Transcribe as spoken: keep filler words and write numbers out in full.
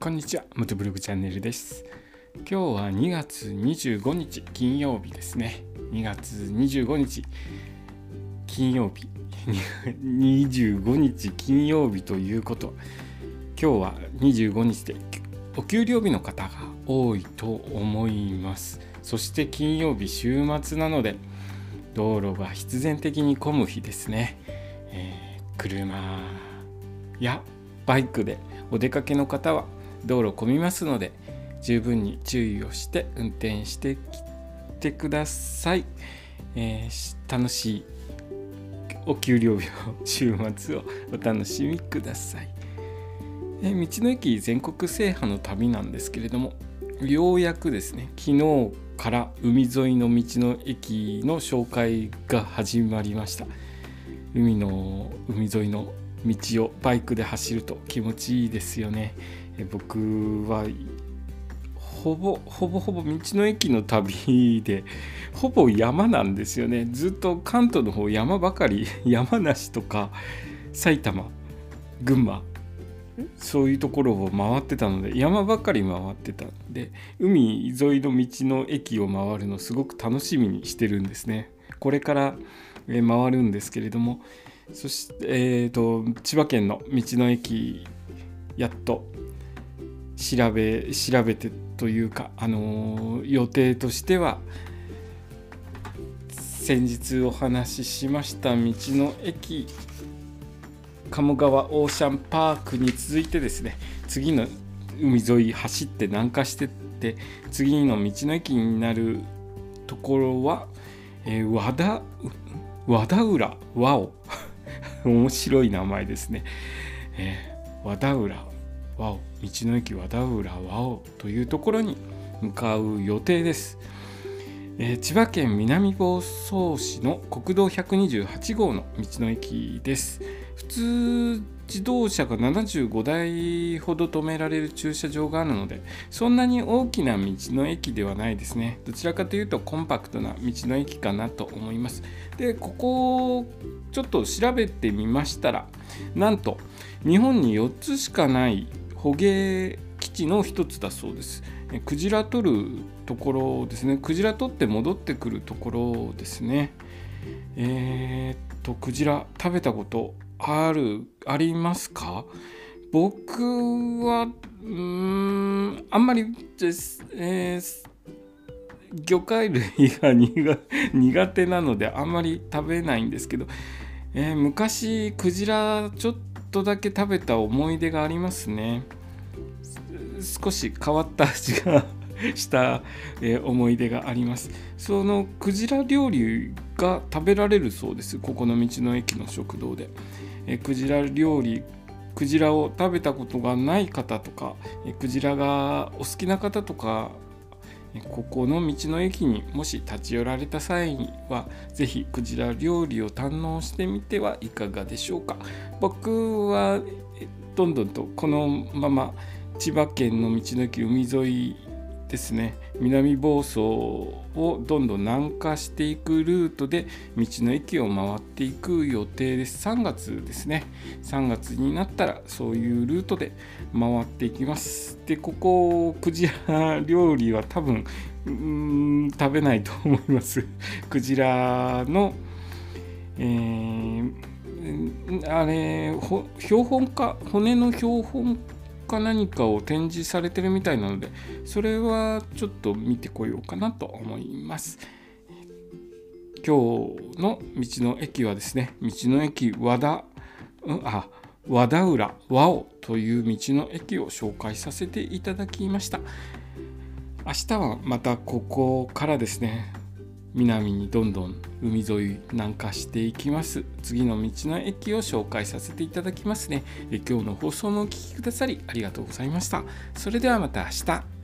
こんにちは、元ブログチャンネルです。今日はにがつにじゅうごにち金曜日ですね。にがつにじゅうごにち金曜日にじゅうごにち金曜日ということ、今日はにじゅうごにちでお給料日の方が多いと思います。そして金曜日週末なので道路が必然的に混む日ですね。えー、車やバイクでお出かけの方は道路混みますので十分に注意をして運転してきてください。えー、楽しいお給料日の週末をお楽しみください。えー、道の駅全国制覇の旅なんですけれども、ようやくですね、昨日から海沿いの道の駅の紹介が始まりました。海の海沿いの道をバイクで走ると気持ちいいですよね。え僕はほぼほぼほぼ道の駅の旅でほぼ山なんですよね。ずっと関東の方山ばかり、山梨とか埼玉、群馬、そういうところを回ってたので、山ばかり回ってたんで、海沿いの道の駅を回るのすごく楽しみにしてるんですね。これから回るんですけれども、そして、えーと、千葉県の道の駅やっと調べ調べてというか、あのー、予定としては先日お話ししました道の駅鴨川オーシャンパークに続いてですね、次の海沿い走って南下してって、次の道の駅になるところは、えー、和田和田浦和尾面白い名前ですね。えー、和田浦和尾、道の駅和田浦和尾というところに向かう予定です。えー、千葉県南房総市の国道ひゃくにじゅうはちごうの道の駅です。普通自動車がななじゅうごだいほど止められる駐車場があるので、そんなに大きな道の駅ではないですね。どちらかというとコンパクトな道の駅かなと思います。で、ここちょっと調べてみましたら、なんと日本によっつしかない捕鯨基地の一つだそうです。クジラ取るところですね。クジラ取って戻ってくるところですね。えー、っとクジラ食べたことあるありますか？僕はうーんあんまりです、えー、魚介類が苦、苦手なのであんまり食べないんですけど、えー、昔クジラちょっとだけ食べた思い出がありますね。少し変わった味がした、えー、思い出があります。そのクジラ料理が食べられるそうです。ここの道の駅の食堂で、えー、クジラ料理クジラを食べたことがない方とか、えー、クジラがお好きな方とか、えー、ここの道の駅にもし立ち寄られた際にはぜひクジラ料理を堪能してみてはいかがでしょうか。僕はどんどんとこのまま千葉県の道の駅海沿いですね、南房総をどんどん南下していくルートで道の駅を回っていく予定です。さんがつですね。さんがつになったらそういうルートで回っていきます。で、ここクジラ料理は多分うーん食べないと思います。クジラの、えー、あれ標本か骨の標本か何かを展示されてるみたいなので、それはちょっと見てこようかなと思います。今日の道の駅はですね、道の駅和田、うん、あ和田浦和尾という道の駅を紹介させていただきました。明日はまたここからですね、南にどんどん海沿い南下していきます。次の道の駅を紹介させていただきますね。え今日の放送もお聞きくださりありがとうございました。それではまた明日。